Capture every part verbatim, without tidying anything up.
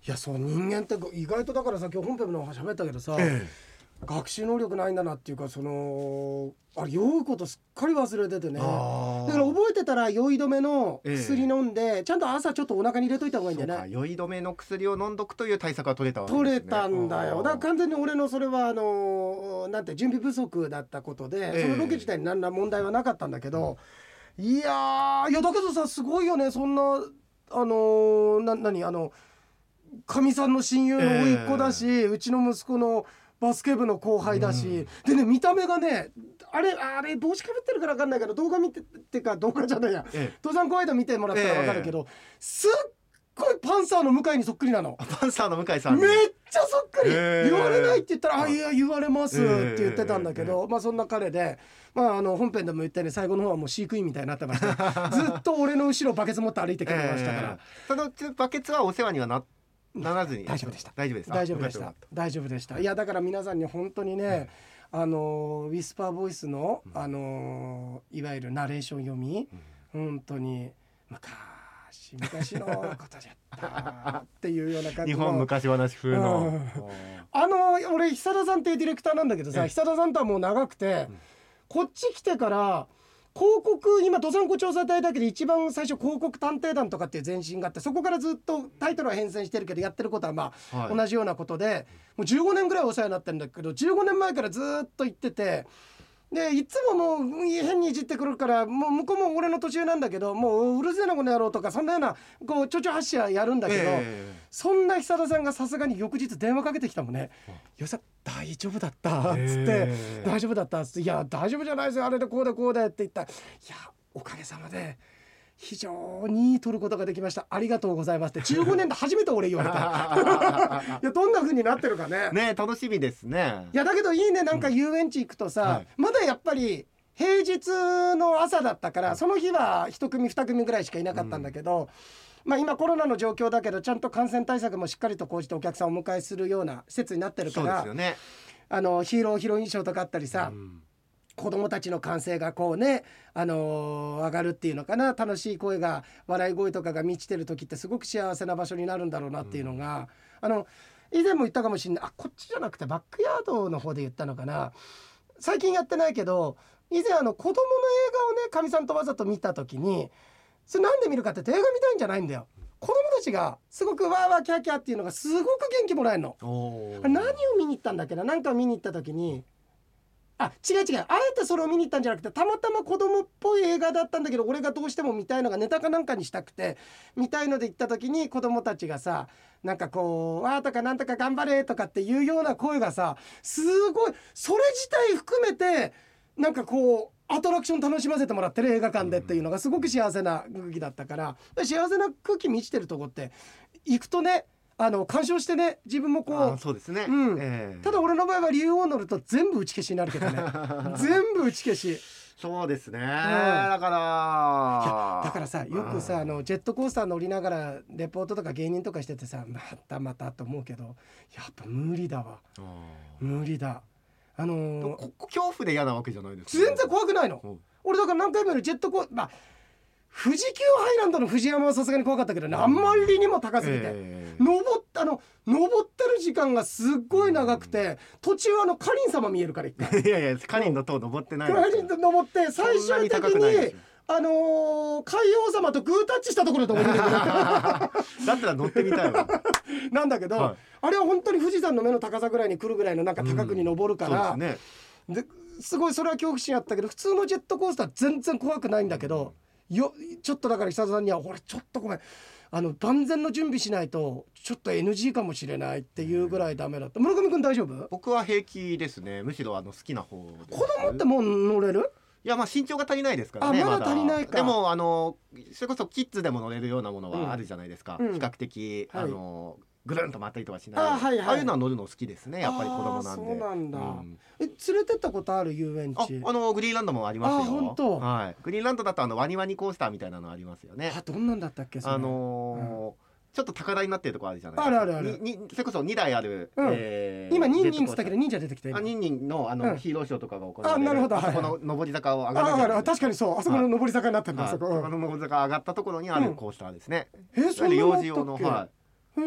いやそう人間って意外とだからさ今日本編の話喋ったけどさ、 え学習能力ないんだなっていうかそのあれ酔うことすっかり忘れててねだから覚えてたら酔い止めの薬飲んで、ええ、ちゃんと朝ちょっとお腹に入れといた方がいいんだよね。 そうか酔い止めの薬を飲んどくという対策が取れたわけですね。 取れたんだよ。だから完全に俺のそれはあのなんて準備不足だったことで、ええ、そのロケ自体に何ら問題はなかったんだけど、うん、いやいやだけどさすごいよねそんなあのな何あのかみさんの親友の甥っ子だし、えー、うちの息子のバスケ部の後輩だし、うん、でね見た目がねあれあれ帽子かぶってるから分かんないけど動画見てってか動画じゃないや、ええ、登山公園で見てもらったら分かるけど、ええ、すっごいパンサーの向井にそっくりなの。 パンサーの向井さんめっちゃそっくり、えー、言われないって言ったらあいや言われますって言ってたんだけど、えー、まあそんな彼で、まあ、あの本編でも言ったように最後の方はもう飼育員みたいになってましたずっと俺の後ろバケツ持って歩いてきてましたから、えー、そのバケツはお世話にはなってならずに大丈夫でした大丈夫でした大丈夫でした大丈夫でした。いやだから皆さんに本当にね、うん、あのウィスパーボイスの、うん、あのいわゆるナレーション読み、うん、本当に昔昔のことじゃったっていうような感じの日本昔話風の、うん、 あの俺久田さんっていうディレクターなんだけどさ久田さんとはもう長くて、うん、こっち来てから広告今登山口調査隊だけで一番最初広告探偵団とかっていう前身があってそこからずっとタイトルは変遷してるけどやってることはまあ、はい、同じようなことでもうじゅうごねんぐらいお世話になってるんだけどじゅうごねんまえからずっと行っててでいつももう変にいじってくるからもう向こうも俺の年上なんだけどもううるせえなこの野郎とかそんなようなこうちょちょ発射やるんだけど、えー、そんな久田さんがさすがに翌日電話かけてきたもんね。よさ大丈夫だったっつって、えー、大丈夫だったっつっていや大丈夫じゃないですよあれでこうでこうでって言ったらいやおかげさまで非常に取ることができましたありがとうございますってじゅうごねんで初めて俺言われたいやどんな風になってるかねね楽しみですね。 いやだけどいいねなんか遊園地行くとさ、うんはい、まだやっぱり平日の朝だったから、うん、その日は一組二組ぐらいしかいなかったんだけど、うんまあ、今コロナの状況だけどちゃんと感染対策もしっかりと講じてお客さんをお迎えするような施設になってるから、 そうですよね、 あのヒーローヒロインショーとかあったりさ、うん子供たちの歓声がこうね、あのー、上がるっていうのかな楽しい声が笑い声とかが満ちてる時ってすごく幸せな場所になるんだろうなっていうのが、うん、あの以前も言ったかもしれないあこっちじゃなくてバックヤードの方で言ったのかな最近やってないけど以前あの子供の映画をねかみさんとわざと見た時にそれなんで見るかって言って映画見たいんじゃないんだよ。子供たちがすごくわーわーキャーキャーっていうのがすごく元気もらえるの。何を見に行ったんだっけななんか見に行った時にあ違う違うあえてそれを見に行ったんじゃなくてたまたま子供っぽい映画だったんだけど俺がどうしても見たいのがネタかなんかにしたくて見たいので行った時に子供たちがさなんかこうわーとかなんとか頑張れとかっていうような声がさすごいそれ自体含めてなんかこうアトラクション楽しませてもらってる映画館でっていうのがすごく幸せな空気だったから幸せな空気満ちてるとこって行くとねあの鑑賞してね自分もこうあそうですね、 うんえー、 ただ俺の場合は竜王乗ると全部打ち消しになるけどね全部打ち消しそうですね、うん、だいからやだからさよくさあのジェットコースター乗りながらレポートとか芸人とかしててさまたまたと思うけどやっぱ無理だわ無理だあのー、 恐怖で嫌なわけじゃないですか、ね、 全然怖くないの、うん、俺だから何回も言うジェットコースターまあ富士急ハイランドの藤山はさすがに怖かったけどねあんまりにも高すぎて、えー、登ったの登ってる時間がすっごい長くて途中あのカリン様見えるから一回いやいやカリンの塔登ってないカリンと登って最終的にあのー、海王様とグータッチしたところで降りてくるだったら乗ってみたいわなんだけど、はい、あれは本当に富士山の目の高さぐらいに来るぐらいのなんか高くに登るから、うん、そうですね、ですごいそれは恐怖心あったけど普通のジェットコースター全然怖くないんだけど、うんよちょっとだから久田さんには俺ちょっとごめんあの万全の準備しないとちょっと エヌジー かもしれないっていうぐらいダメだった。村上くん大丈夫？ 僕は平気ですね。むしろあの好きな方です。 子供ってもう乗れる？ いやまあ身長が足りないですからね。 あまだ足りないか。 でもあのそれこそキッズでも乗れるようなものはあるじゃないですか、 うん、 比較的、うん、あの、はいぐるんと回ったりとかしないあ、はいはい、 ああいうのは乗るの好きですねやっぱり子供なんで。 そうなんだ、うん、え連れてったことある遊園地？ あ、あのグリーンランドもありますよ。 あ本当、 はい、グリーンランドだとあのワニワニコースターみたいなのありますよね。 あどんなんだったっけそれ？ あのーうんちょっと高台になってるところあるじゃないですか。あるあるある。 ににそれこそにだいある、 うんえー、 今ニンニンっつったけど忍者出てきてあニンニンのあの、うん、ヒーローショーとかが行われる。 あなるほど。 あそこの上り坂を上がるじゃないですか。 あ確かにそうあそこの上り坂になってるんだ、はい、あそこ。 あの上り坂上がったところにあるコースターですね。 うん、えそんなのあったっけ？ 幼児用のはい。 へえ、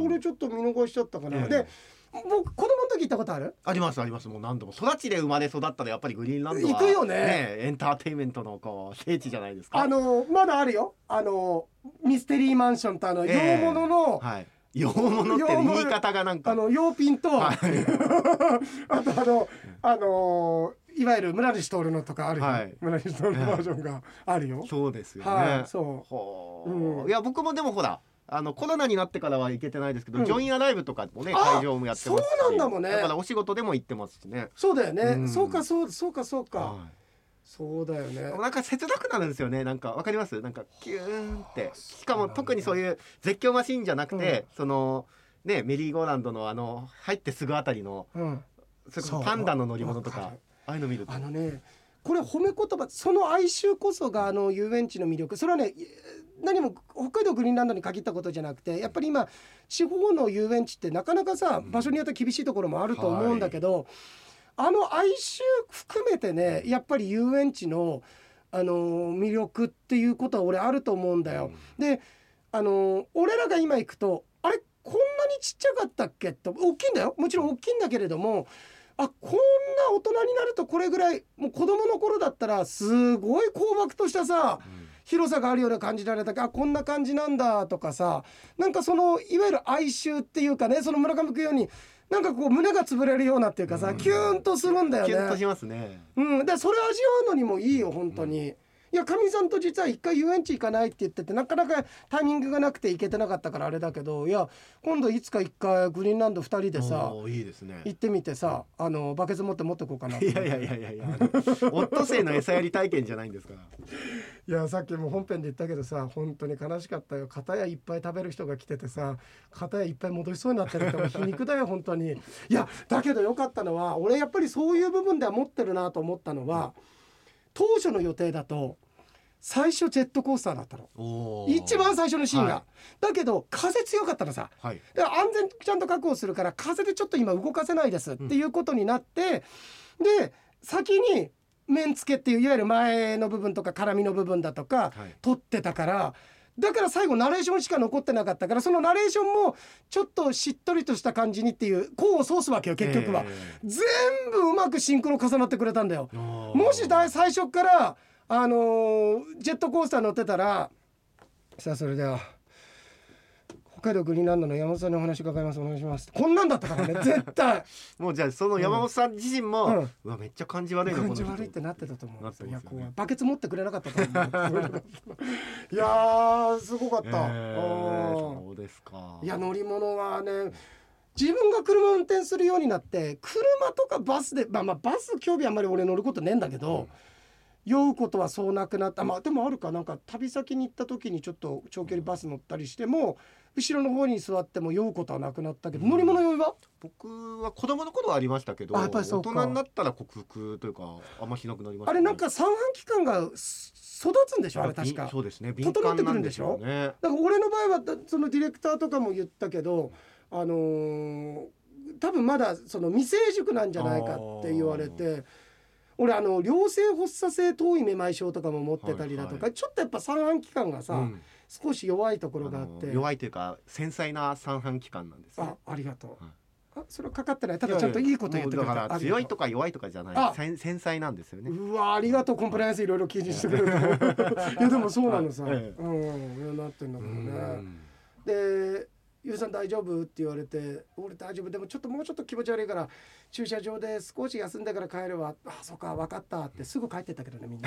俺ちょっと見逃しちゃったかな、 ええで僕子供の時行ったことある？ ありますあります。もう何度も育ちで生まれ育ったらやっぱりグリーンランドは行くよねエンターテインメントのこう聖地じゃないですか。 あのまだあるよ、あのミステリーマンションとあの、 ええ洋物の、 はい洋物って言い方がなんかあの洋ピンと、 はいあとあのあのいわゆる村西徹のとかあるよ、 はい、 村西徹のバージョンがあるよ、 そうですよね、 はい、そうほう、 うん、 いや僕もでもほらあのコロナになってからは行けてないですけど、 うん、 ジョインアライブとかもねあ会場もやってますし、 そうなんだもんね、 だからお仕事でも行ってますしね。 そうだよね、 うん、 そうかそうそうかそうか、 はい、 そうだよね。 なんか切なくなるんですよね。なんかわかります？なんかキューンって、しかも特にそういう絶叫マシーンじゃなくて、うん、そのねメリーゴーランドのあの入ってすぐあたりの、うん、それこそパンダの乗り物とかああいうの見ると、 あのねこれ褒め言葉、その哀愁こそがあの遊園地の魅力。それはね何も北海道グリーンランドに限ったことじゃなくて、やっぱり今地方の遊園地ってなかなかさ場所によって厳しいところもあると思うんだけど、はい、あの哀愁含めてねやっぱり遊園地の、あのー、魅力っていうことは俺あると思うんだよ、うん、で、あのー、俺らが今行くとあれこんなにちっちゃかったっけと、大きいんだよ、もちろん大きいんだけれども、あこんな大人になるとこれぐらい、もう子供の頃だったらすごい広漠としたさ、うん、広さがあるような感じられたか、あこんな感じなんだとかさ、なんかそのいわゆる哀愁っていうかね、その村上君ようになんかこう胸が潰れるようなっていうかさ、うん、キューンとするんだよね。 キューンとしますね。 うん、だからそれ味わうのにもいいよ本当に、うん、いやかみさんと実は一回遊園地行かないって言っててなかなかタイミングがなくて行けてなかったからあれだけど、いや今度いつか一回グリーンランドふたりでさいいですね、 行ってみてさ、あのバケツ持って持ってこうかな。 いやいやいやいやいやオットセイの餌やり体験じゃないんですから。 いやさっきも本編で言ったけどさ本当に悲しかったよ。片やいっぱい食べる人が来ててさ、片やいっぱい戻しそうになってるって皮肉だよ本当に。いやだけどよかったのは、俺やっぱりそういう部分では持ってるなと思ったのは、当初の予定だと最初ジェットコースターだったの、一番最初のシーンが、はい、だけど風強かったのさ、はい、だから安全ちゃんと確保するから風でちょっと今動かせないですっていうことになって、うん、で先に面付けっていういわゆる前の部分とか絡みの部分だとか、はい、撮ってたから、だから最後ナレーションしか残ってなかったから、そのナレーションもちょっとしっとりとした感じにっていう功を奏すわけよ結局は、えー、全部うまくシンクロ重なってくれたんだよ。もし最初からあのー、ジェットコースター乗ってたらさあ、それでは北海道グリーンランドの山本さんにお話伺います、お願いします、こんなんだったからね絶対もうじゃあその山本さん自身も、うん、うわめっちゃ感じ悪いな、 感じ悪いってなってたと思う。 なってますよね。 いやこうバケツ持ってくれなかったと思ういやーすごかった、えー、そうですか。 いや乗り物はね、自分が車を運転するようになって車とかバスで、まあ、まあバス興味あんまり俺乗ることねえんだけど、うん、酔うことはそうなくなった。まあでもあるか、なんか旅先に行った時にちょっと長距離バス乗ったりしても後ろの方に座っても酔うことはなくなったけど、うん、乗り物酔いは僕は子供の頃はありましたけど、大人になったら克服というかあんましなくなりました、ね、 あれなんか三半規管が育つんでしょあれ確か。 そうですね、敏感なんでしょうね。 だから俺の場合はそのディレクターとかも言ったけど、あのー、多分まだその未成熟なんじゃないかって言われて、俺あの良性発作性頭位めまい症とかも持ってたりだとか、はいはい、ちょっとやっぱ三半規管がさ、うん、少し弱いところがあって、 弱いというか繊細な三半規管なんです、ね、 あ、ありがとう、はい、あそれはかかってない。ただちゃんといいこと言ってくれた。 だから強いとか弱いとかじゃない、繊細なんですよね。 うわありがとう、コンプライアンスいろいろ記事してくれるいやでもそうなのさ、はい、うんなってんだけどね。でゆうさん大丈夫って言われて、俺大丈夫、でもちょっともうちょっと気持ち悪いから駐車場で少し休んでから帰るわ。あそうか分かったってすぐ帰ってったけどねみんな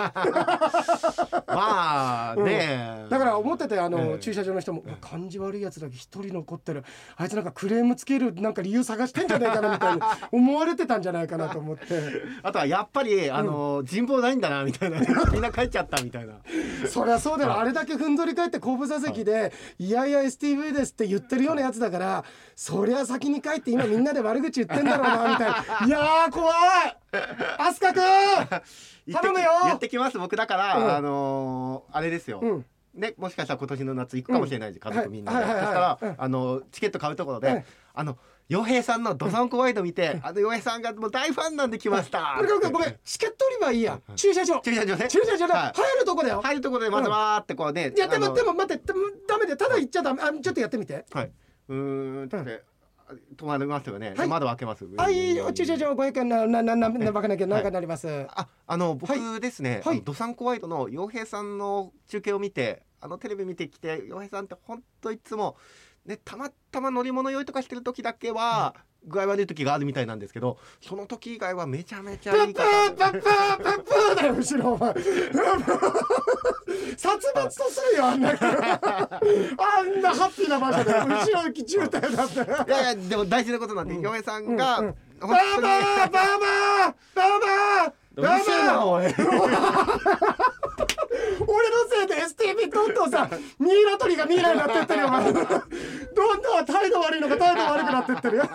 まあね、 うん、だから思っててあの、えー、駐車場の人も、えー、感じ悪いやつだけ一人残ってる、あいつなんかクレームつけるなんか理由探してんじゃないかなみたいに思われてたんじゃないかなと思ってあとはやっぱりあの、うん、人望ないんだなみたいなみんな帰っちゃったみたいなそりゃそうだよ、あれだけふんぞり返って後部座席でいやいや エスティーブイ ですって言ってるようなやつだから、そりゃ先に帰って今みんなで悪口言ってんだろうなみたいないやー怖い飛鳥くん頼むよ言ってきます。僕だから、うん、あのー、あれですよ、うんね、もしかしたら今年の夏行くかもしれないし、うん、家族みんなで、はいはいはいはい、そしたら、うん、あのチケット買うところで、はい、あの洋平さんのドサンコワイド見て、うん、あの洋平さんがもう大ファンなんで来ました、 うん、ごめんごめんチケット売り場いいや、うん、駐車場駐車場ね駐車場で、はい、入るとこだよ、 入るとこでまずわーってこうね、 うん、いやでもでも待ってダメでただ行っちゃダメ、あちょっとやってみて、 はい、 うーんって止まりますよね、 はい、 窓開けます。 はい、お駐車場ごひゃくえんなななななばかなきゃ何かなります、はい、 ああの僕ですね、 はい、 ドサンコワイドの洋平さんの中継を見て、あのテレビ見てきて、洋平さんって本当いつもね、たまたま乗り物酔いとかしてる時だけは、うん、具合悪い時があるみたいなんですけど、その時以外はめちゃめちゃいい方で、 パッパーパッパーパッパーだよ後ろお前殺伐とするよあんなあんなハッピーな場所で後ろ渋滞だっていやいやでも大事なことなんで、洋、うん、平さんが、うんうん、 バーバーバーバーバーバーバーバー俺のせいで エスティービー どんどんさミイラ取りがミイラになってってるよどんどん態度悪いのが態度悪くなってってるよ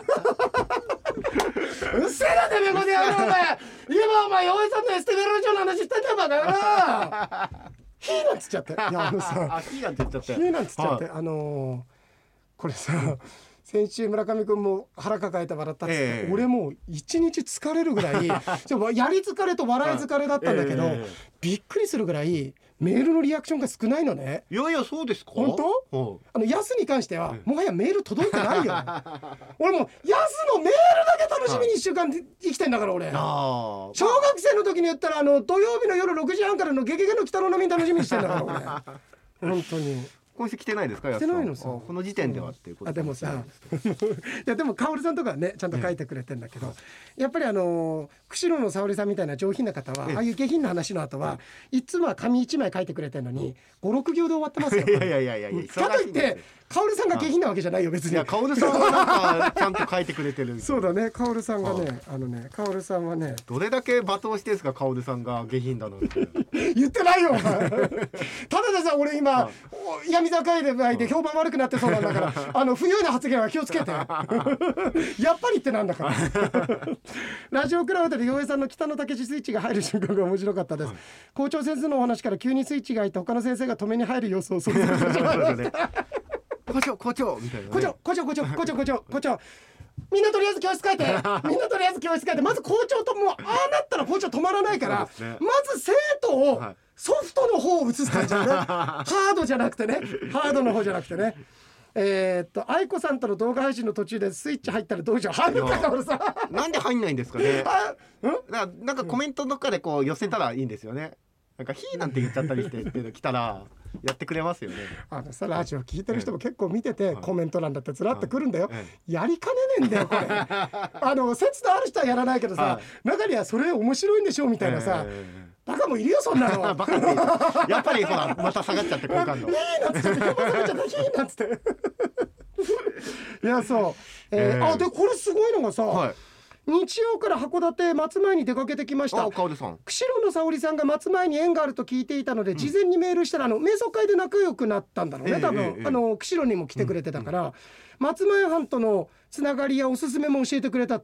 うっせえなてめえこの野郎お前今お前洋平さんの エスティービー ラジオの話してんだよバカ野郎ヒーなんつっちゃっていやあのさあヒーなんて言っちゃってヒーなんつっちゃって、はい、あのー、これさ先週村上くんも腹抱えて笑ったっつって、えー、俺もう一日疲れるぐらいやり疲れと笑い疲れだったんだけど、えー、びっくりするぐらいメールのリアクションが少ないのね。 いやいやそうですか。 本当？あのヤスに関しては、うん、もはやメール届いてないよ俺もヤスのメールだけ楽しみにいっしゅうかん生きてんだから俺。小学生の時に言ったらあの土曜日の夜ろくじはんからのゲゲゲの鬼太郎のみ楽しみにしてんだから俺本当に。 今週来てないですか？ 来てないのさ。 この時点ではっていうこと。 あでもさいやでもカオルさんとかねちゃんと書いてくれてんだけど、やっぱりあの釧路の沙織さんみたいな上品な方はああいう下品な話の後はいつもは紙一枚書いてくれてるのにごろく行で終わってますよ。 いやいやいやいやいや。 かといってカオルさんが下品なわけじゃないよ別に。いやカオルさんはなんかちゃんと書いてくれてる。 そうだねカオルさんがねあのねカオルさんはねどれだけ罵倒してんすかカオルさんが下品だなんて言ってないよお前ただでさ俺今闇境でで評判悪くなってそうなんだからあの不用意な発言は気をつけてやっぱりってなんだからラジオクラウドで洋平さんの北野武スイッチが入る瞬間が面白かったです、はい、校長先生のお話から急にスイッチが入って他の先生が止めに入る様子を想像してしまいました校長校長みたいな、ね、 校長校長校長校長校長校長みんなとりあえず教室帰ってみんなとりあえず教室帰ってまず校長ともうああなったら校長止まらないから、ね、まず生徒を、はいソフトの方を映す感じだねハードじゃなくてねハードの方じゃなくてねえー、っと愛子さんとの動画配信の途中でスイッチ入ったらどうしよう入るんだからさなんで入んないんですかねな, なんかコメントどっかでこう寄せたらいいんですよね。なんかヒーなんて言っちゃったりしてって来たらやってくれますよね。 あのさラジオ聞いてる人も結構見てて、はい、コメント欄だってずらっとくるんだよ、はい、やりかねねえんだよこれあの節度ある人はやらないけどさ、はい、中にはそれ面白いんでしょみたいなさ、えーバカもいるよそんなのバカやっぱりほらまた下がっちゃって好感度いいなっつって下がっちゃっていいなっつっていやそう、えーえー、あでこれすごいのがさ、はい、日曜から函館松前に出かけてきました。 釧路の沙織さんが松前に縁があると聞いていたので、うん、事前にメールしたらあの瞑想会で仲良くなったんだろうね、えー、多分、えー、あの釧路にも来てくれてたから、うんうん、松前藩とのつながりやおすすめも教えてくれたって。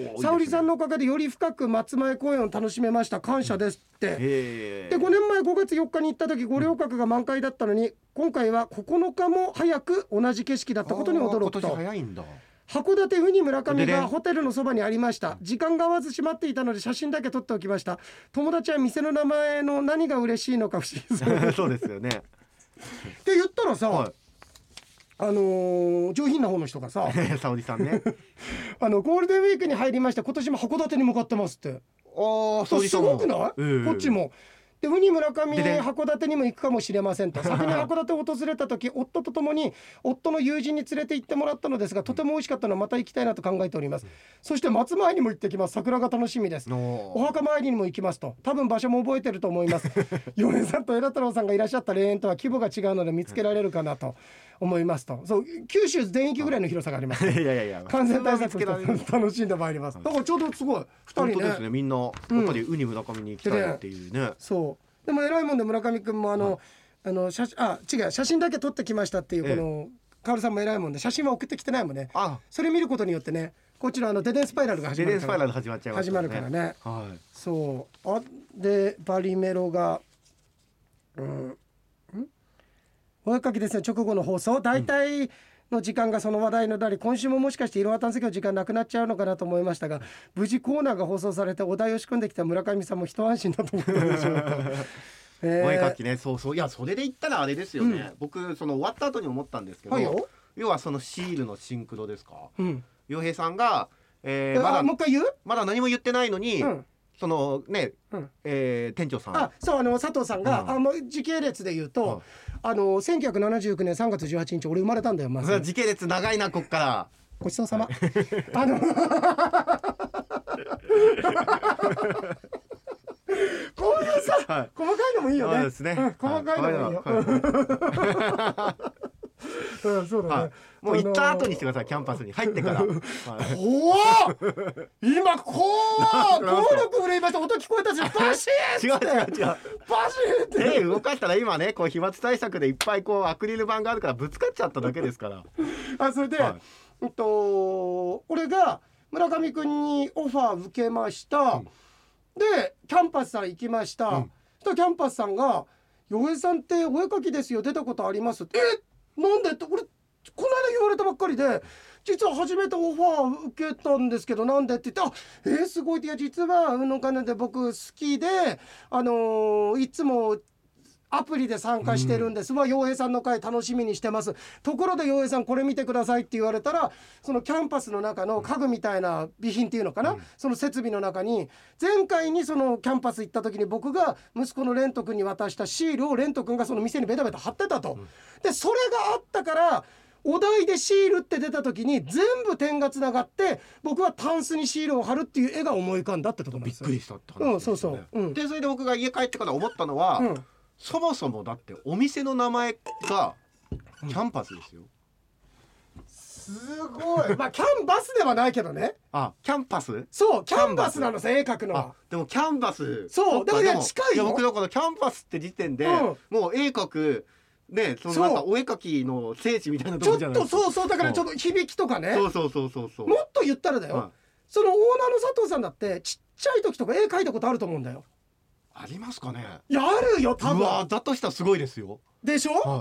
沙織さんのおかげでより深く松前公園を楽しめました感謝ですって、うん、でごねんまえごがつよっかに行った時五稜郭が満開だったのに、今回はここのかも早く同じ景色だったことに驚くと。 今年早いんだ。 函館ウニ村上がホテルのそばにありました。時間が合わず閉まっていたので写真だけ撮っておきました。友達は店の名前の何が嬉しいのか不思議そうそうですよねって言ったらさ、はい、あのー、上品な方の人がさ沙織さんねあのゴールデンウィークに入りまして今年も函館に向かってますって。 ああすごくない、えー、こっちもでウニ村上函館にも行くかもしれませんと。先に函館を訪れた時夫と共に夫の友人に連れて行ってもらったのですが、とても美味しかったのでまた行きたいなと考えております。そして松前にも行ってきます。桜が楽しみです。お墓参りにも行きますと。多分場所も覚えてると思います米さんと枝太郎さんがいらっしゃった霊園とは規模が違うので見つけられるかなと思いますと。そう九州全域ぐらいの広さがあります、ね、いやいやいや感染対策と楽しんでまいります。だからちょうどすごいふたりね。 本当ですね。みんなやっぱりウニ村上に行きたいっていうね、うん、 そうでも偉いもんで村上くんもあの、はい、あの写あ違う写真だけ撮ってきましたっていうこのカオルさんも偉いもんで写真は送ってきてないもんね。あそれ見ることによってねこっちのあのデデンスパイラルが始まるから、デデンスパイラル始まっちゃいますね。始まるからね、はい、そうあでバリメロがうんんお絵かきですね。直後の放送大体、うんの時間がその話題のなり、今週ももしかしていろは探索の時間なくなっちゃうのかなと思いましたが、無事コーナーが放送されてお題を仕込んできた村上さんも一安心だと思ってましたえー、お絵かきね。そうそういやそれで言ったらあれですよね、うん、僕その終わった後に思ったんですけど、はいよ要はそのシールのシンクロですか。 うん、 洋平さんが、えー、まだもう一回言うまだ何も言ってないのに、うん、そのね、 うんえー、店長さんあそうあの佐藤さんが、うん、あもう時系列で言うと、うん、あのせんきゅうひゃくななじゅうきゅうねんさんがつじゅうはちにち俺生まれたんだよ。まず時系列長いなこっからごちそうさまあのこういうさ、はい、細かいのもいいよね。そうですね、うん、細かいのもいいよ、はい、うんそうだね、はい、 もう行った後にしてください。キャンパスに入ってから、はい、 怖っ今怖っ暴力振るいました。音聞こえたしバシーって違う違う違うバシーって手動かしたら今ねこう飛沫対策でいっぱいこうアクリル板があるからぶつかっちゃっただけですからあそれで、はい、うんと俺が村上くんにオファー受けました、うん、でキャンパスさん行きました、うん、そしたらキャンパスさんが「洋平さんってお絵描きですよ出たことあります」って「えなんで?」って俺この間言われたばっかりで実は初めてオファー受けたんですけどなんでって言って「あえー、すごい」って「いや実はうんのかねで僕好きであのー、いつもアプリで参加してるんです、うん、まあ洋平さんの回楽しみにしてます。ところで洋平さんこれ見てくださいって言われたらそのキャンパスの中の家具みたいな備品っていうのかな、うん、その設備の中に前回にそのキャンパス行った時に僕が息子のレント君に渡したシールをレント君がその店にベタベタ貼ってたと、うん、でそれがあったからお題でシールって出た時に全部点がつながって僕はタンスにシールを貼るっていう絵が思い浮かんだってところなんですよ。 びっくりしたって話ですよね、うん、そうそう、うん、でそれで僕が家帰ってから思ったのは、うん、そもそもだってお店の名前がキャンパスですよ、 うん、すごいまあキャンバスではないけどねあキャンパスそうキャンバスなのさ絵描くのは。 でもキャンバスそうだから近いよ。 いや僕だからキャンパスって時点で、うん、もう絵描くね、そのなんかお絵描きの聖地みたいなところじゃないですか。ちょっとそうそうだからちょっと響きとかね、 そうそうそうそうそうもっと言ったらだよ、はい、そのオーナーの佐藤さんだってちっちゃい時とか絵描いたことあると思うんだよ。 ありますかね。 いやあるよ多分。 うわだとしたらすごいですよ。 でしょ、はい、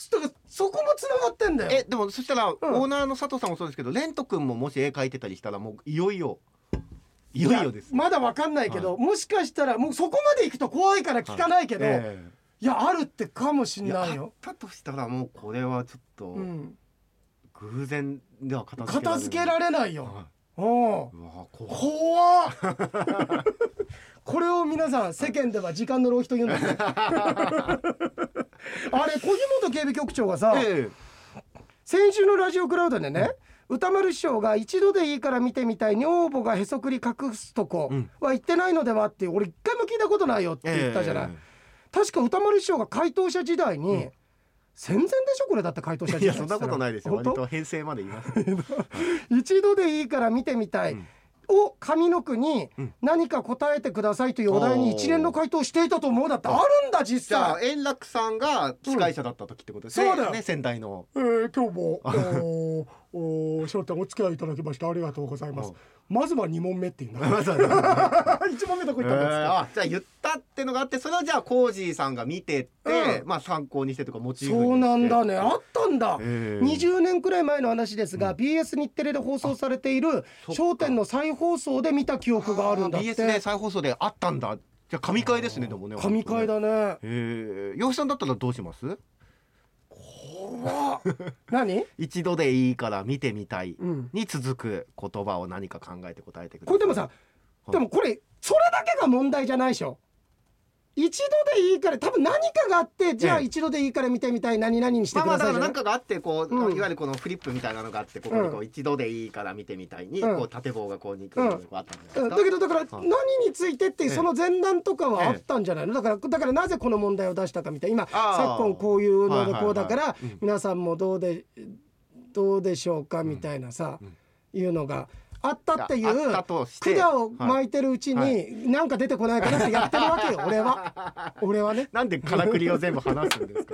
だからそこもつながってんだよ。 えでもそしたら、うん、オーナーの佐藤さんもそうですけどレント君ももし絵描いてたりしたらもういよいよいよいよです。 まだわかんないけど、はい、もしかしたらもうそこまで行くと怖いから聞かないけど、はいえーいやあるってかもしんないよ。 あったとしたらもうこれはちょっと、うん、偶然では片付けられない。 片付けられないよ。はい、おうわ怖っこれを皆さん世間では時間の浪費と言うんですねあれ小木本警備局長がさ、ええ、先週のラジオクラウドでね、うん、歌丸師匠が一度でいいから見てみたい女房がへそくり隠すとこは言ってないのではって俺一回も聞いたことないよって言ったじゃない、ええ確か歌丸師匠が回答者時代に、うん、戦前でしょこれだって回答者時代。 いやそんなことないですよ。割と平成まで言います一度でいいから見てみたい、うんを上の句に何か答えてくださいというお題に一連の回答をしていたと思うだってあるんだ実際。 じゃあ円楽さんが司会者だった時ってことですね、うん、そうだよね先代の、 えー、今日もおお商店お付き合いいただきましてありがとうございます。まずはに問目っていうのまずはいち問目どこ行ったんですか、えー、 あじゃあ言ったってのがあってそれをじゃあコージーさんが見てって、うん、まあ参考にしてとかモチーフにしてそうなんだねあったんだ、えー、にじゅうねんくらい前の話ですが、うん、ビーエス 日テレで放送されている商店の再放送で見た記憶があるんだって。 ビーエス で再放送であったんだ。じゃあ神回ですね。でもね神回だね。 えー、洋平さんだったらどうします？ 怖何一度でいいから見てみたいに続く言葉を何か考えて答えてください。 これでもさでもこれそれだけが問題じゃないでしょ。一度でいいから多分何かがあってじゃあ一度でいいから見てみたい何々にしてください。まあまあだから何かがあってこう、うん、いわゆるこのフリップみたいなのがあってここにこう一度でいいから見てみたいに、うん、こう縦棒がこうにくるのがあったんじゃないですか、うん、 だけどだから何についてってその前段とかはあったんじゃないの。だからだからなぜこの問題を出したかみたいな今昨今こういうのでこうだから皆さんもどうでどうでしょうかみたいなさ、うんうん、いうのがあったっていう管を巻いてるうちになんか出てこないかなってやってるわけよ俺は俺はね。 なんでからくりを全部話すんですか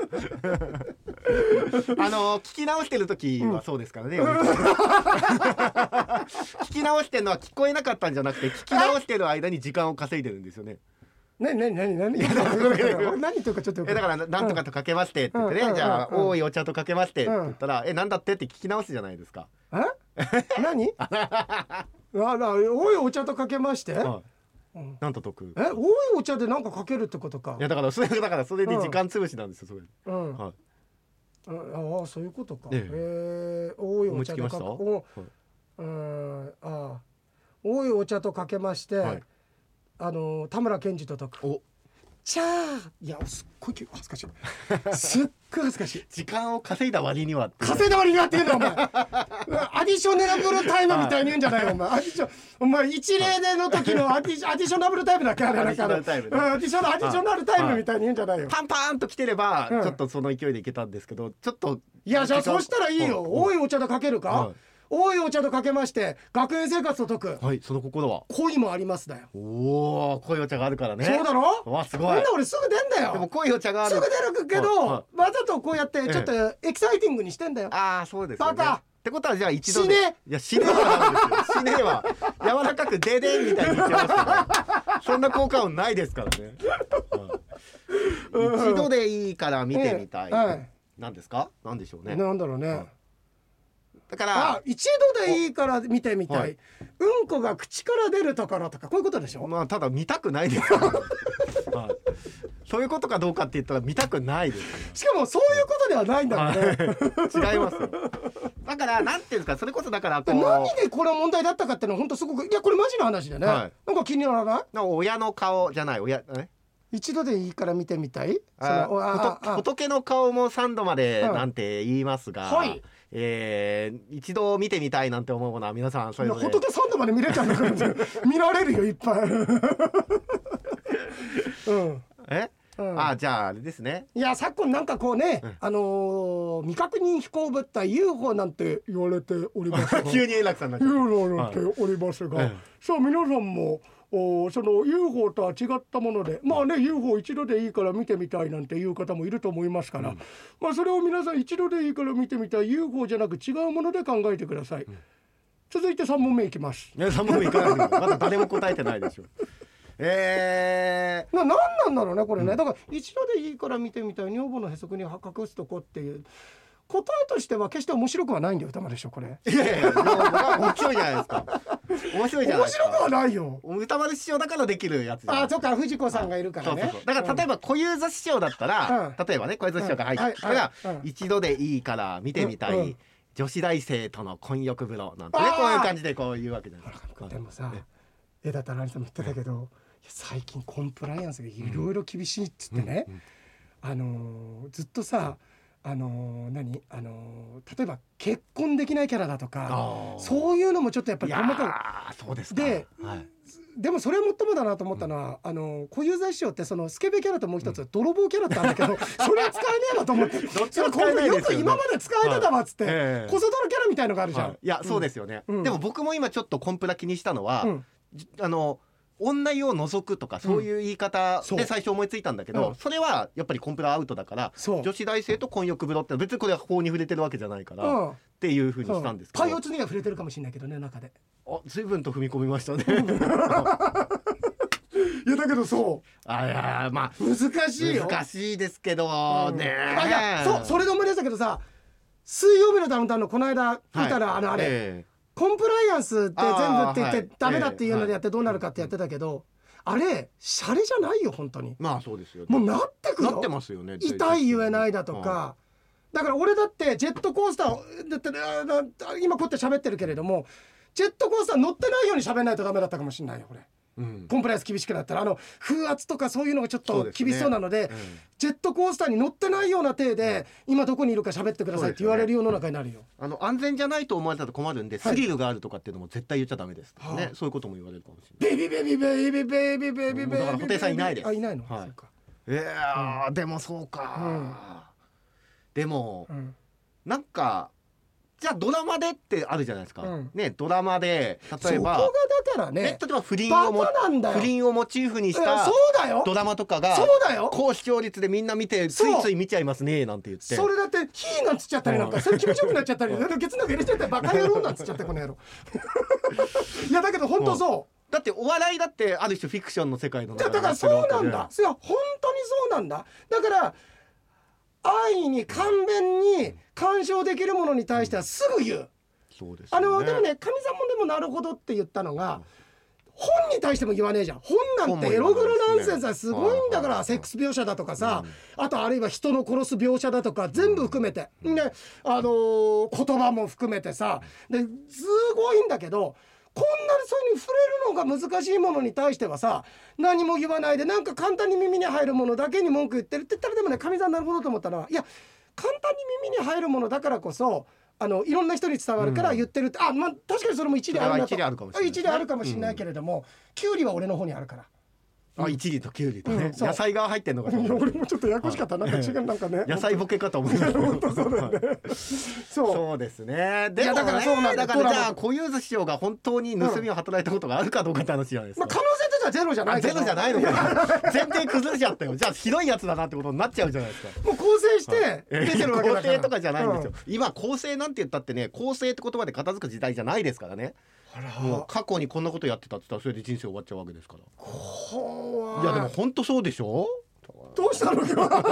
あの聞き直してる時はそうですからね、うん、聞き直してるのは聞こえなかったんじゃなくて聞き直してる間に時間を稼いでるんですよね。 何何何何何何というかちょっとえだからなんとかとかけましてって言ってね、うん、じゃあ、うん、多いお茶とかけましてって言ったら、うん、えなんだってって聞き直すじゃないですか。 え何あら多いお茶とかけまして、はいうん、なんと解くえ多いお茶でなんかかけるってことか。 いやだからそれだからそれで時間潰しなんですよそれ、 うんはい、 ああそういうことか。 えええー、多いお茶とかけ、お、はい、うんああ多いお茶とかけまして、はい、あの田村健二と解く。おチャーいやすっごい恥ずかしいすっごい恥ずかしい時間を稼いだ割には稼いだ割にはって言うんだお前アディショナブルタイムみたいに言うんじゃないよお前アディショお前一例での時のアディアディショナブルタイムだっけあれだからアディショナアディショナルタイムみたいに言うんじゃないよ。 パンパンと来てれば、うん、ちょっとその勢いでいけたんですけどちょっといやじゃあそうしたらいいよ。多いお茶とかけるか、はい、多いお茶とかけまして学園生活と解く。 はいその心は恋もありますだよ。 おお濃いお茶があるからね。 そうだろ。 わすごい。 なんだ俺すぐ出んだよ。 でも濃いお茶があるすぐ出るけど、はい、わざとこうやってちょっとエキサイティングにしてんだよ。 ああそうですよね。 バカってことはじゃあ一度で死ね。 いや死ねはなんですよ。死ねは柔らかくデデンみたいに言ってますからそんな効果音ないですからね、うん、一度でいいから見てみたい、ええはい、なんですか。なんでしょうね。 なんだろうね、はいだからあ一度でいいから見てみたい、はい、うんこが口から出るところとかこういうことでしょ。 まあただ見たくないですから、はい、そういうことかどうかって言ったら見たくないです、ね、 しかもそういうことではないんだからね、はい、 違いますよ。だからなんていうんですかそれこそだからこう何でこれは問題だったかっていうのは本当すごくいやこれマジな話でね、はい、なんか気にならない。 なんか親の顔じゃない親え一度でいいから見てみたい。 そのああ仏の顔も三度までなんて言いますが、はい、えー、一度見てみたいなんて思うものは皆さんそれぞれ仏三度まで見れちゃうんだから見られるよいっぱい、 うん、え、うん、あじゃああれですね。 いや昨今なんかこうね、うん、あのー、未確認飛行物体 ユーフォー なんて言われておりますが急に円楽さんになっちゃった言われておりますが、はい、さあ皆さんもおその ユーフォー とは違ったものでまあね ユーフォー 一度でいいから見てみたいなんていう方もいると思いますから、うん、まあそれを皆さん一度でいいから見てみたい ユーフォー じゃなく違うもので考えてください、うん、続いてさん問目いきます。 いやさん問目いかないでまだ誰も答えてないでしょえー、 な、なんなんだろうねこれね、うん、だから一度でいいから見てみたい女房のへそくに隠すとこっていう答えとしては決して面白くはないんだよ歌丸師匠これ。 いやいやいや面白いじゃないですか面白いじゃないですか。 面白くはないよ歌丸師匠だからできるやつ。 ああそっか藤子さんがいるからね。 そうそうそうだから例えば小遊三師匠だったら、うん、例えばね小遊三師匠が入ってきたら、うんはいはい、一度でいいから見てみたい、うんうん、女子大生との混浴風呂なんてねこういう感じでこう言うわけじゃないですか。でもさえだったらあれさんも言ってたけど最近コンプライアンスがいろいろ厳しいっつってね、うんうんうん、あのー、ずっとさあのー、何あのー、例えば結婚できないキャラだとかそういうのもちょっとやっぱり細かいそうですかで、はい、でもそれはもっともだなと思ったのは、うん、あのー、小遊三師匠ってそのスケベキャラともう一つ、うん、泥棒キャラってあるんだけどそれは使えねえなと思ってどっちも使えないですよね。よく今まで使えてたわっつって、はいえー、小外のキャラみたいのがあるじゃん、はい、 いやそうですよね、うん、でも僕も今ちょっとコンプラ気にしたのは、うん、あの女湯を除くとかそういう言い方で最初思いついたんだけど、うん、それはやっぱりコンプラアウトだから女子大生と混浴風呂って別にこれは法に触れてるわけじゃないから、うん、っていう風にしたんですけど、 パイオツには触れてるかもしれないけどね中であ随分と踏み込みましたねいやだけどそうあいやまあ難しいよ難しいですけど、うん、ねあいやそうそれで思い出したけどさ水曜日のダウンタウンのこの間見たら、はい、あのあれ、えーコンプライアンスって全部って言ってダメだっていうのでやってどうなるかってやってたけどあれシャレじゃないよ本当に。 まあそうですよ、ね、 もうなってくよ。 なってますよね。 痛い言えないだとかだから俺だってジェットコースターだって今こうやって喋ってるけれどもジェットコースター乗ってないように喋んないとダメだったかもしれないよこれ。うん、コンプライアンス厳しくなったらあの風圧とかそういうのがちょっと厳しそうなの で, で、ねうん、ジェットコースターに乗ってないような体で、うん、今どこにいるか喋ってくださいって言われる世の中になるよ。 あの安全じゃないと思われたら困るんで、はい、スリルがあるとかっていうのも絶対言っちゃダメですからね、はあ、そういうことも言われるかもしれない。 ベイビーベイビーベイビーベイビーベイビーベイビーだから布袋さんいないです。 あいないの、 はい、 そうかいや、うん、でもそうか、うん、でも、うん、なんかじゃあドラマでってあるじゃないですか、うん、ねドラマで例えばそこがだからね、 ね例えば不倫をも不倫をモチーフにしたドラマとかが高視聴率でみんな見てついつい見ちゃいますねなんて言ってそれだってヒーなんつっちゃったりなんか、うん、それ気持ちよくなっちゃったりケツなんか入れちゃったりバカ野郎なんつっちゃってこの野郎いやだけど本当そう、うん、 だってお笑いだってある種フィクションの世界の中だからそうなんだ。いや本当にそうなんだ。だから安易に簡便に干渉できるものに対してはすぐ言う。 そうですね、 あのでもね神様もでもなるほどって言ったのが、 本に対しても言わねえじゃん。本なんてエログロナンセンスはすごいんだから、セックス描写だとかさ、あとあるいは人の殺す描写だとか全部含めて、で、あのー、言葉も含めてさ、ですごいんだけど、こんなにそういうに触れるのが難しいものに対してはさ、何も言わないでなんか簡単に耳に入るものだけに文句言ってるって言ったら、でもね、神さんなるほどと思ったのは、いや簡単に耳に入るものだからこそあのいろんな人に伝わるから言ってるって、うん、あ、まあ、確かにそれも一理あるなと、 一理あるかもしれない、 一理あるかもしれないけれども、きゅうりは俺の方にあるから。 あ、一理ときゅうりとね、 うん、 野菜が入ってんのかと思う。 俺もちょっとややこしかった、なんか違う、なんかね野菜ボケかと思いました。 本当そうだよねそうそうですね。でもね、 だからそうなんだ、 だからじゃあ小遊三師匠が本当に盗みを働いたことがあるかどうかって話じゃないですか、 まあ、可能性としてはゼロじゃないけど、 ゼロじゃないのか前提崩れちゃったよ。じゃあひどいやつだなってことになっちゃうじゃないですか。 もう構成して出てるわけだから、 構成とかじゃないんですよ、うん、今構成なんて言ったってね、構成って言葉で片付く時代じゃないですからね。もう過去にこんなことやってたって言ったらそれで人生終わっちゃうわけですから。いやでも本当そうでしょ。 どうしたの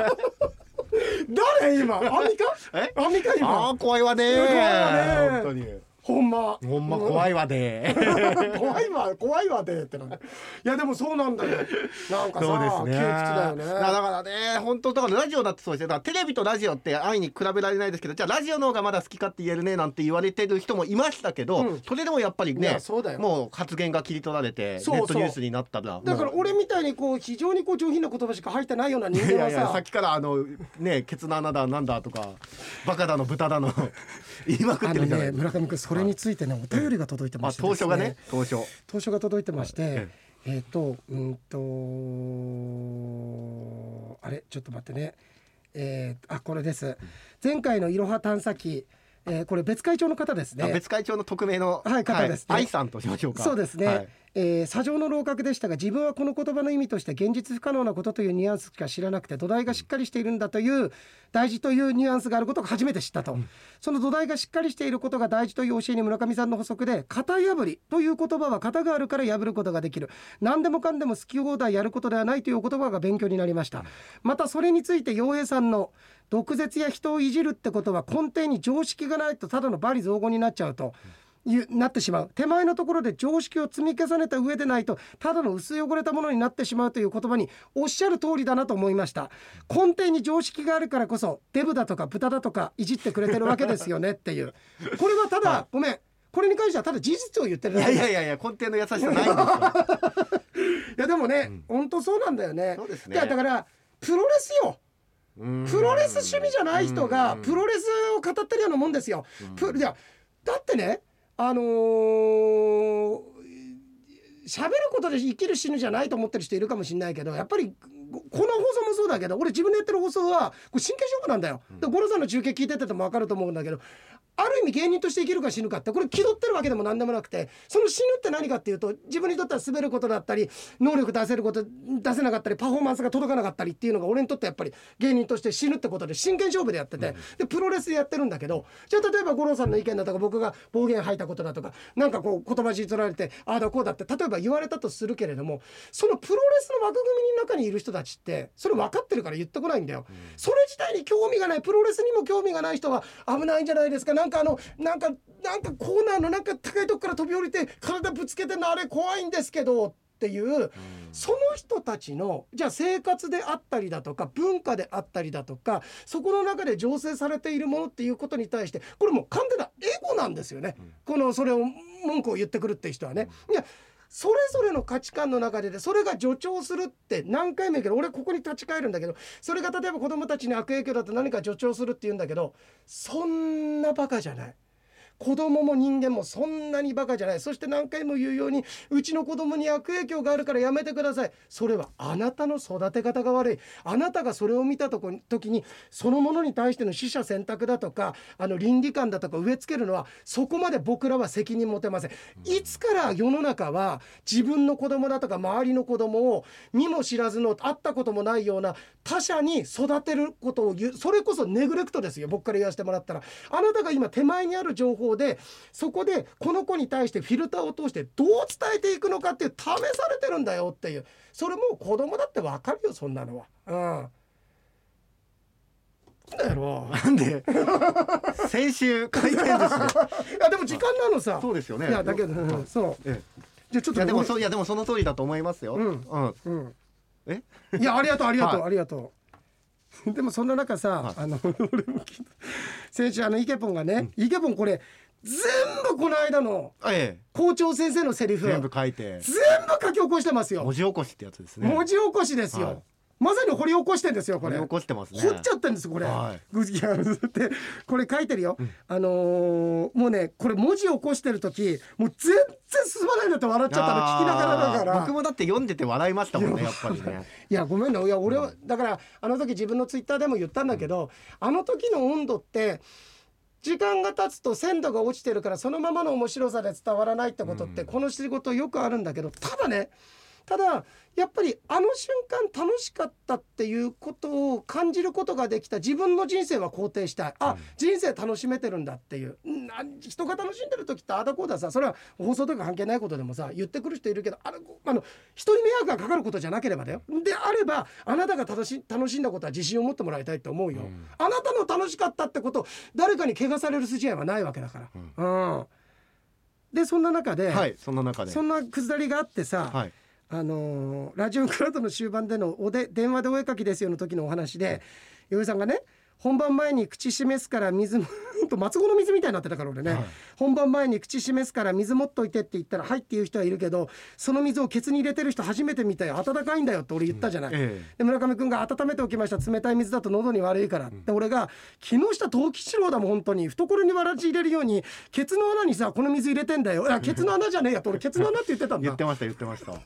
誰今アンミカえアンミカ今あー怖いわねー、 怖いわね本当にほんまほんま怖いわで怖いわ怖いわでってなんだ。いやでもそうなんだよ、なんかさ、 そうですね、 窮屈だよね。 だからね、本当だからラジオだってそうですよ。だからテレビとラジオって安易に比べられないですけど、じゃあラジオの方がまだ好きかって言えるねなんて言われてる人もいましたけど、うん、それでもやっぱりね、もう発言が切り取られてそうそうネットニュースになったら、 だから俺みたいにこう非常にこう上品な言葉しか入ってないような人間はさ、いやいやさっきからあのね、ケツの穴だなんだとかバカだの豚だの言いまくってるじゃないですか。 あのね、村上君それについてね、お便りが届いてましてですね、 当初がね、当初当初が届いてまして、はい、えっ、ー、とうんとあれちょっと待ってね、えー、あこれです、前回のいろは探査機、えー、これ別会長の方ですね。 別会長の匿名の、 はい、方ですね。 愛さんとしましょうか。 そうですね、はい、えー、砂上の楼閣でしたが、自分はこの言葉の意味として現実不可能なことというニュアンスしか知らなくて、土台がしっかりしているんだという大事というニュアンスがあることを初めて知ったと、うん、その土台がしっかりしていることが大事という教えに村上さんの補足で、型破りという言葉は型があるから破ることができる、何でもかんでも好き放題やることではないという言葉が勉強になりました。またそれについて陽平さんの毒舌や人をいじるってことは根底に常識がないとただの罵詈雑言になっちゃうと、なってしまう。手前のところで常識を積み重ねた上でないとただの薄汚れたものになってしまうという言葉におっしゃる通りだなと思いました。根底に常識があるからこそデブだとか豚だとかいじってくれてるわけですよねっていう。これはただ、はい、ごめん、これに関してはただ事実を言ってるだけ。 いやいやいや、根底の優しさないんですよいやでもね、うん、本当そうなんだよね。 そうですね。 だからプロレスよ、プロレス趣味じゃない人がプロレスを語ってるようなもんですよ。プいやだってね、あのー、喋ることで生きる死ぬじゃないと思ってる人いるかもしれないけど、やっぱりこの放送もそうだけど、俺自分でやってる放送はこれ真剣勝負なんだよ。で五郎さんの中継聞いてても分かると思うんだけど、ある意味芸人として生きるか死ぬかってこれ気取ってるわけでも何でもなくて、その死ぬって何かっていうと、自分にとっては滑ることだったり能力出せること出せなかったりパフォーマンスが届かなかったりっていうのが俺にとってやっぱり芸人として死ぬってことで真剣勝負でやってて、でプロレスでやってるんだけど、じゃあ例えば五郎さんの意見だとか僕が暴言吐いたことだとかなんかこう言葉尻取られてああだこうだって例えば言われたとするけれども、そのプロレスの枠組みの中にいる人たちってそれ分かってるから言ってこないんだよ。それ自体に興味がない、プロレスにも興味がない人は危ないんじゃないですか。なんかあのなんかなんかコーナーのなんか高いとこから飛び降りて体ぶつけてのあれ怖いんですけどっていう、うん、その人たちのじゃあ生活であったりだとか文化であったりだとか、そこの中で醸成されているものっていうことに対してこれもう完全なエゴなんですよね、うん、このそれを文句を言ってくるっていう人はね、うん、いやそれぞれの価値観の中ででそれが助長するって何回も言うけど、俺ここに立ち返るんだけど、それが例えば子供たちに悪影響だと何か助長するって言うんだけど、そんなバカじゃない。子供も人間もそんなにバカじゃない。そして何回も言うように、うちの子供に悪影響があるからやめてください。それはあなたの育て方が悪い。あなたがそれを見たとこ時にそのものに対しての取捨選択だとかあの倫理観だとか植え付けるのはそこまで僕らは責任持てません。いつから世の中は自分の子供だとか周りの子供を見も知らずの会ったこともないような他者に育てることを言う、それこそネグレクトですよ。僕から言わせてもらったら、あなたが今手前にある情報でそこでこの子に対してフィルターを通してどう伝えていくのかっていう試されてるんだよっていう、それも子供だって分かるよそんなのは。うんだよなんで先週回転ですねいやでも時間なのさ。 そうですよね。 いやだけど、うん、そう、 ええじゃあちょっといやでもそいやでもその通りだと思いますよ。 うんうんうんえいやありがとうありがとう、 はいありがとうでもそんな中さ、 はいあの俺も聞いた先週あのイケポンがね、イケポンこれ全部この間のええ校長先生のセリフ全部書いて全部書き起こしてますよ。 文字起こしってやつですね。 文字起こしですよ、 はいまさに掘り起こしてんですよこれ。 掘り起こしてますね。 掘っちゃったんですこれ、 はい、 ぐいやってこれ書いてるよ、 うん、 あのー、もうねこれ文字起こしてる時もう全然進まないんだって笑っちゃったの聞きながらだから僕もだって読んでて笑いましたもんねやっぱりねいやごめんねいや俺はだからあの時自分のツイッターでも言ったんだけど、うん、あの時の温度って時間が経つと鮮度が落ちてるからそのままの面白さで伝わらないってことってこの仕事よくあるんだけど、ただねただやっぱりあの瞬間楽しかったっていうことを感じることができた自分の人生は肯定したい。あ、うん、人生楽しめてるんだっていうな人が楽しんでる時ってあだこうださそれは放送とか関係ないことでもさ言ってくる人いるけどあのあの人に迷惑がかかることじゃなければだよであればあなたが楽し楽しんだことは自信を持ってもらいたいと思うよ、うん、あなたの楽しかったってこと誰かに怪我される筋合いはないわけだから、うんうん、でそんな中で、 はい、そんな中でそんなくだりがあってさ、はいあのー、ラジオクラウドの終盤でのおで電話でお絵かきですよの時のお話で余裕さんがね本番前に口示すから水もと松子の水みたいになってたから俺ね、はい、本番前に口示すから水持っといてって言ったらはいっていう人はいるけどその水をケツに入れてる人初めて見たよ温かいんだよって俺言ったじゃない、うんええ、で村上くんが温めておきました冷たい水だと喉に悪いから、うん、で俺が木下藤吉郎だもん本当に懐にわらじ入れるようにケツの穴にさこの水入れてんだよいやケツの穴じゃねえやって俺ケツの穴って言ってたんだ言ってました言ってました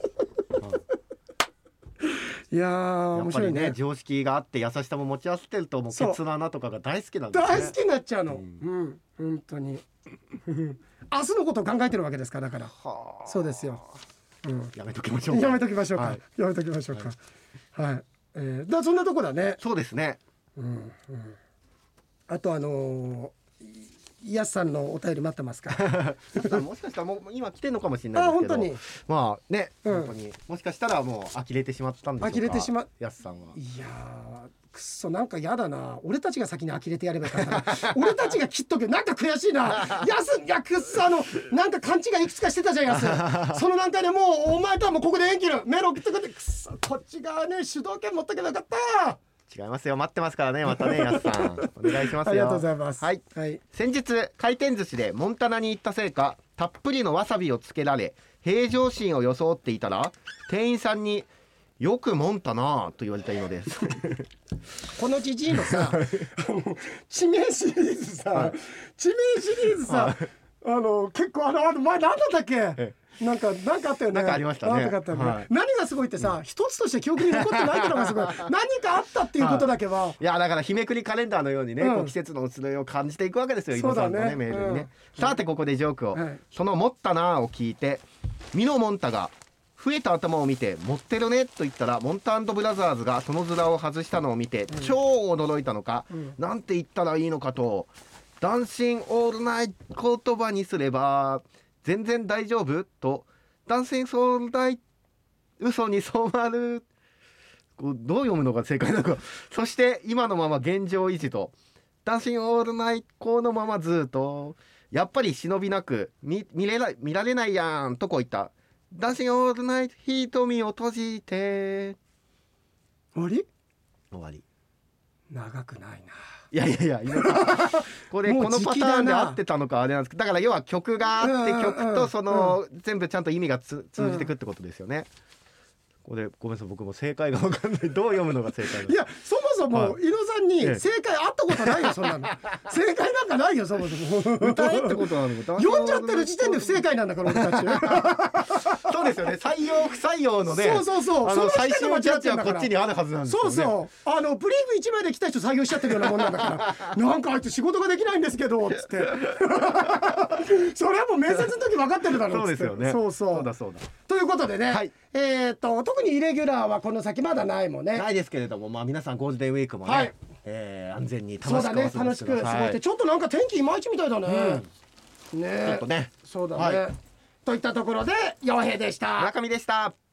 いやー面白い ね, ね常識があって優しさも持ち合わせてるともうケツの穴とかが大好きなんですね。 大好きになっちゃうの、うんうん、本当に明日のことを考えてるわけですからだからはそうですよ、うん、 やめときましょうかやめときましょうか、はい、やめときましょうかはい、はいえー、だそんなとこだね。 そうですね、 うんうん、あとあのーやすさんのお便り待ってますかもしかしたらもう今来てるのかもしれないですけどあ本当にまあね、うん、本当にもしかしたらもう呆れてしまったんでしょうか。 呆れてしまやすさんは。 いやくっそなんかやだな俺たちが先に呆れてやればよかったな俺たちが切っとけなんか悔しいなやすいやくっそあのなんか勘違いいくつかしてたじゃんやすその段階でもうお前とはもうここで縁切るメール送ってくれてくっそこっち側ね主導権持ってけばよかった違いますよ待ってますからねまたねやすさんお願いしますよ。 ありがとうございます、 はいはい、先日回転寿司でモンタナに行ったせいかたっぷりのわさびをつけられ平常心を装っていたら店員さんによくモンタナと言われたいのですこのジジイのさ地名シリーズさ、はい、地名シリーズさ、はい、あの結構あのあの前何だったっけ、ええなんかなんかあったよね。 なんかありましたね。 なんかあったね、はい、何がすごいってさ、一つとして記憶に残ってないってのがすごい。何かあったっていうことだけは。 いやだから日めくりカレンダーのようにね、うん、こう季節の移ろいを感じていくわけですよ。今さんのねメールにね。うん、さてここでジョークを、はい、その持ったなを聞いてミノモンタが増えた頭を見て持ってるねと言ったらモンタ&ブラザーズがその面を外したのを見て、うん、超驚いたのか、うん、なんて言ったらいいのかとダンシンオールナイト言葉にすれば全然大丈夫とダンシンオールナイト嘘に染まるこうどう読むのが正解なのかそして今のまま現状維持とダンシンオールナイトこのままずっとやっぱり忍びなく 見, 見, れ見られないやんとこう言ったダンシンオールナイト瞳を閉じて終わり終わり長くないな。 いやいやいやこれこのパターンで合ってたのかあれなんですけどだから要は曲があって曲とその全部ちゃんと意味がつ通じてくってことですよね。これごめんなさい僕も正解が分かんないどう読むのが正解なの。 いやそもそも井野さんに正解あったことないよそんなの正解なんかないよそもそも歌えってことなのか読んじゃってる時点で不正解なんだから俺たちそうですよね採用不採用のねそうそうそうあの最終ジャッジはこっちにあるはずなんですよね。 そうそうあのブリーフいちまいで来た人採用しちゃってるようなもんなんだからなんかあいつ仕事ができないんですけどつってそれはもう面接の時分かってるだろうっつってそうですよねそうそうそうだそうだということでね、はい、えー、と特にイレギュラーはこの先まだないもんね。 ないですけれども、まあ、皆さんゴールデンウィークもね、はい、えー、安全に楽しくお過ごしください。 楽しく過ごしてちょっとなんか天気いまいちみたいだね、うん、ねちょっとねそうだね、はい、といったところで陽平でした。 村上でした。